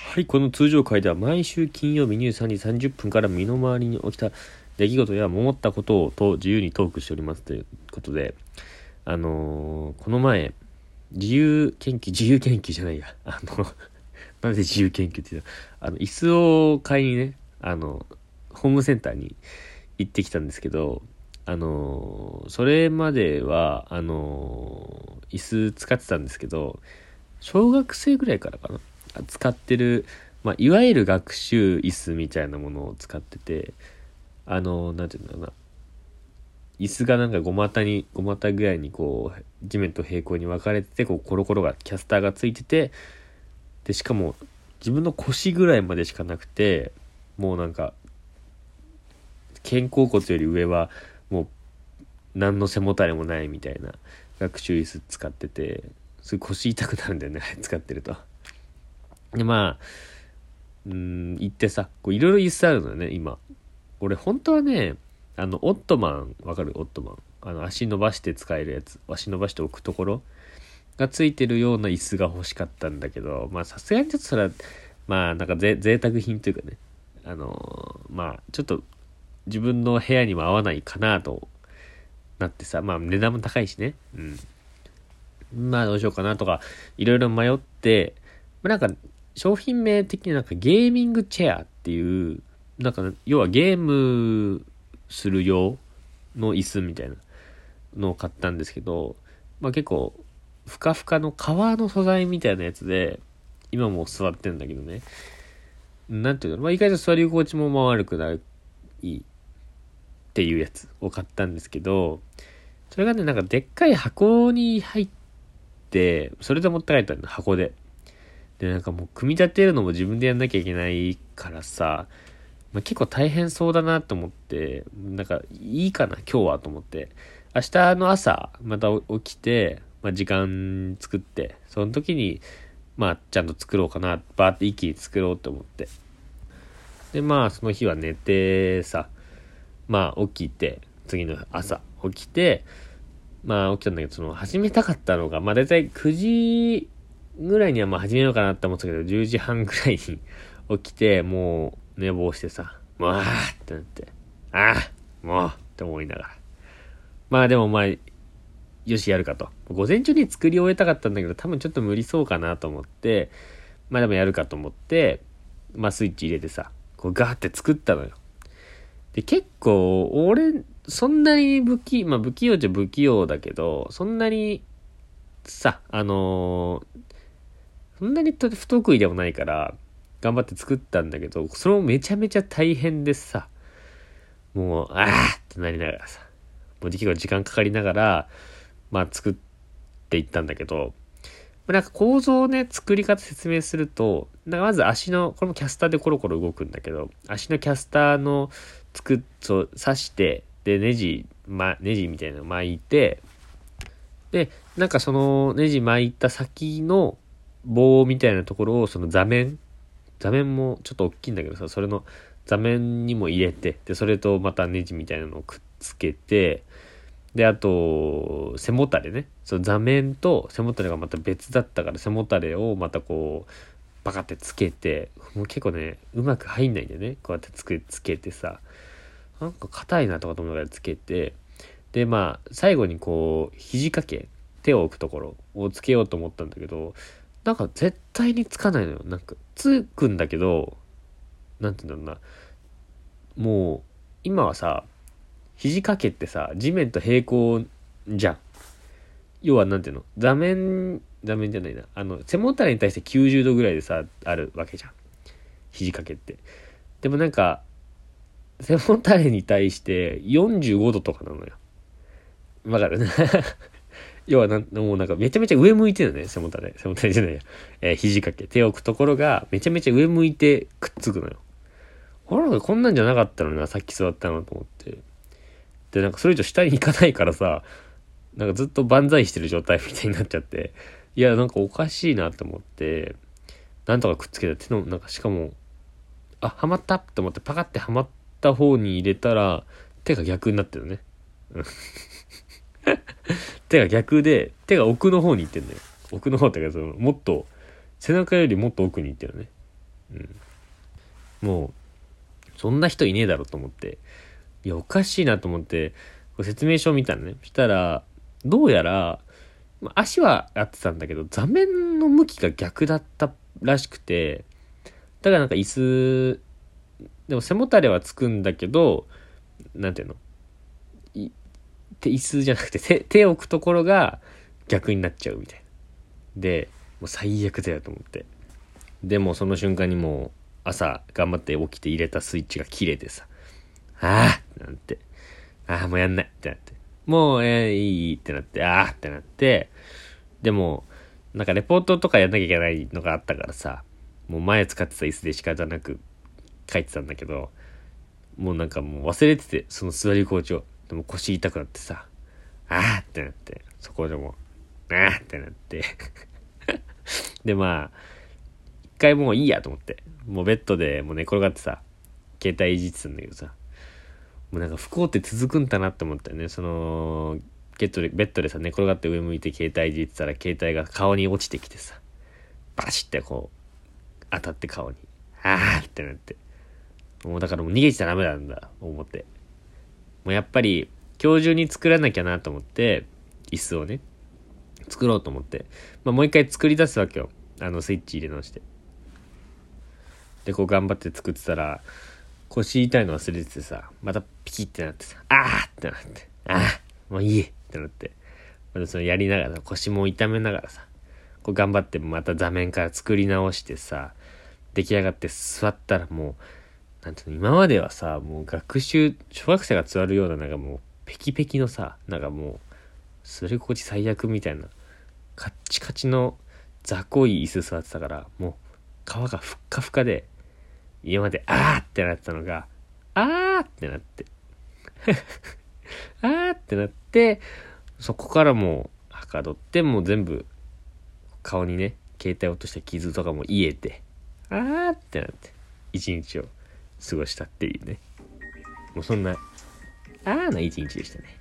はい、この通常回では毎週金曜日23時30分から身の回りに起きた出来事や思ったことを自由にトークしておりますということで、この前自由研究じゃないや、なんで自由研究って言うの、椅子を買いにね、ホームセンターに行ってきたんですけど、それまでは椅子使ってたんですけど、小学生ぐらいからかな使ってる、いわゆる学習椅子みたいなものを使ってて、なんていうんだろうな、椅子がなんか5股ぐらいにこう地面と平行に分かれてて、こうコロコロがキャスターがついてて、でしかも自分の腰ぐらいまでしかなくて、もうなんか肩甲骨より上はもう何の背もたれもないみたいな学習椅子使ってて、すごい腰痛くなるんだよね使ってると。で行ってさ、いろいろ椅子あるのよね今。俺本当はね、オットマン、わかる？オットマン、足伸ばして使えるやつ、足伸ばして置くところがついてるような椅子が欲しかったんだけど、さすがにちょっとそれはなんか贅沢品というかね、ちょっと自分の部屋にも合わないかなとなってさ、値段も高いしね、どうしようかなとかいろいろ迷って、なんか商品名的になんかゲーミングチェアっていう、なんか要はゲームする用の椅子みたいなのを買ったんですけど、結構ふかふかの革の素材みたいなやつで今も座ってんだけどね、なんていうの、意外と座り心地も悪くないっていうやつを買ったんですけど、それがね、なんかでっかい箱に入って、それで持って帰ったの、箱で。で、なんかもう組み立てるのも自分でやんなきゃいけないからさ、結構大変そうだなと思って、なんかいいかな今日はと思って、明日の朝また起きて、時間作って、その時にちゃんと作ろうかな、バーって一気に作ろうと思って、でその日は寝てさ、起きて、次の朝起きて、起きたんだけど、その始めたかったのがだいたい9時ぐらいには始めようかなって思ってたけど、10時半ぐらいに起きて、もう寝坊してさ、ってなって、もうって思いながら、でもよしやるかと、午前中に作り終えたかったんだけど、多分ちょっと無理そうかなと思って、でもやるかと思って、スイッチ入れてさ、こうガーって作ったのよ。で結構俺そんなに不器用じゃ不器用だけど、そんなにさ、そんなに不得意でもないから頑張って作ったんだけど、それもめちゃめちゃ大変でさ、もうってなりながらさ、もう結構時間かかりながら作っていったんだけど、なんか構造をね、作り方説明すると、なんかまず足の、これもキャスターでコロコロ動くんだけど、足のキャスターの刺して、でネジみたいなの巻いて、でなんかそのネジ巻いた先の棒みたいなところを、その座面もちょっと大きいんだけどさ、それの座面にも入れて、でそれとまたネジみたいなのをくっつけて、であと背もたれね、その座面と背もたれがまた別だったから、背もたれをまたこうバカってつけて、もう結構ねうまく入んないんだよね、こうやってつけてさ、なんか硬いなとかと思いながらつけて、で最後にこう肘掛け、手を置くところをつけようと思ったんだけど、なんか絶対につかないのよ。なんかつくんだけど、なんていうんだろうな、もう今はさ、肘掛けってさ地面と平行じゃん。要はなんていうの、座面じゃないな、背もたれに対して90度ぐらいでさあるわけじゃん、肘掛けって。でもなんか背もたれに対して45度とかなのよ。わかるね要はもうなんかめちゃめちゃ上向いてるのね、背もたれじゃないや、肘掛け、手を置くところがめちゃめちゃ上向いてくっつくのよ。こんなんじゃなかったのにな、さっき座ったなと思って。でなんかそれ以上下に行かないからさ、なんかずっと万歳してる状態みたいになっちゃって、いやなんかおかしいなと思って、なんとかくっつけた手の、なんかしかもはまったと思ってパカってはまった方に入れたら、手が逆になってるね手が逆で、手が奥の方に行ってんだよ。奥の方ってか、もっと背中よりもっと奥に行ってるね。 もうそんな人いねえだろと思って、いやおかしいなと思ってこれ説明書を見たのね。そしたらどうやら足は合ってたんだけど座面の向きが逆だったらしくて、だからなんか椅子でも背もたれはつくんだけど、なんていうの、椅子じゃなくて手を置くところが逆になっちゃうみたいな。でもう最悪だよと思って、でもその瞬間にもう朝頑張って起きて入れたスイッチが切れてさ、あーってなって、もうやんないってなって、もういいってなって、ってなって、でもなんかレポートとかやんなきゃいけないのがあったからさ、もう前使ってた椅子で仕方なく書いてたんだけど、もうなんかもう忘れてて、その座り心地を。でも腰痛くなってさ、ってなって、そこでもってなってで一回もういいやと思って、もうベッドでもう寝転がってさ、携帯いじってたんだけどさ、もうなんか不幸って続くんだなって思ったよね。そのベッドでさ寝転がって上向いて携帯いじってたら、携帯が顔に落ちてきてさ、バシッてこう当たって顔にってなって、もうだからもう逃げちゃダメなんだ思って、もうやっぱり今日中に作らなきゃなと思って、椅子をね作ろうと思って、もう一回作り出すわけよ。スイッチ入れ直して、でこう頑張って作ってたら、腰痛いの忘れててさ、またピキってなってさ、ってなって、もういいってなって、またそのやりながら腰も痛めながらさ、こう頑張ってまた座面から作り直してさ、出来上がって座ったら、もうなんていうの、今まではさ、もう小学生が座るようななんかもうペキペキのさ、なんかもう座り心地最悪みたいなカッチカチの雑魚い椅子座ってたから、もう皮がふっかふかで、今までってなってたのがってなってってなって、そこからもうはかどって、もう全部顔にね携帯落とした傷とかも癒えて、ってなって一日を過ごしたっていうね、もうそんなな一日でしたね。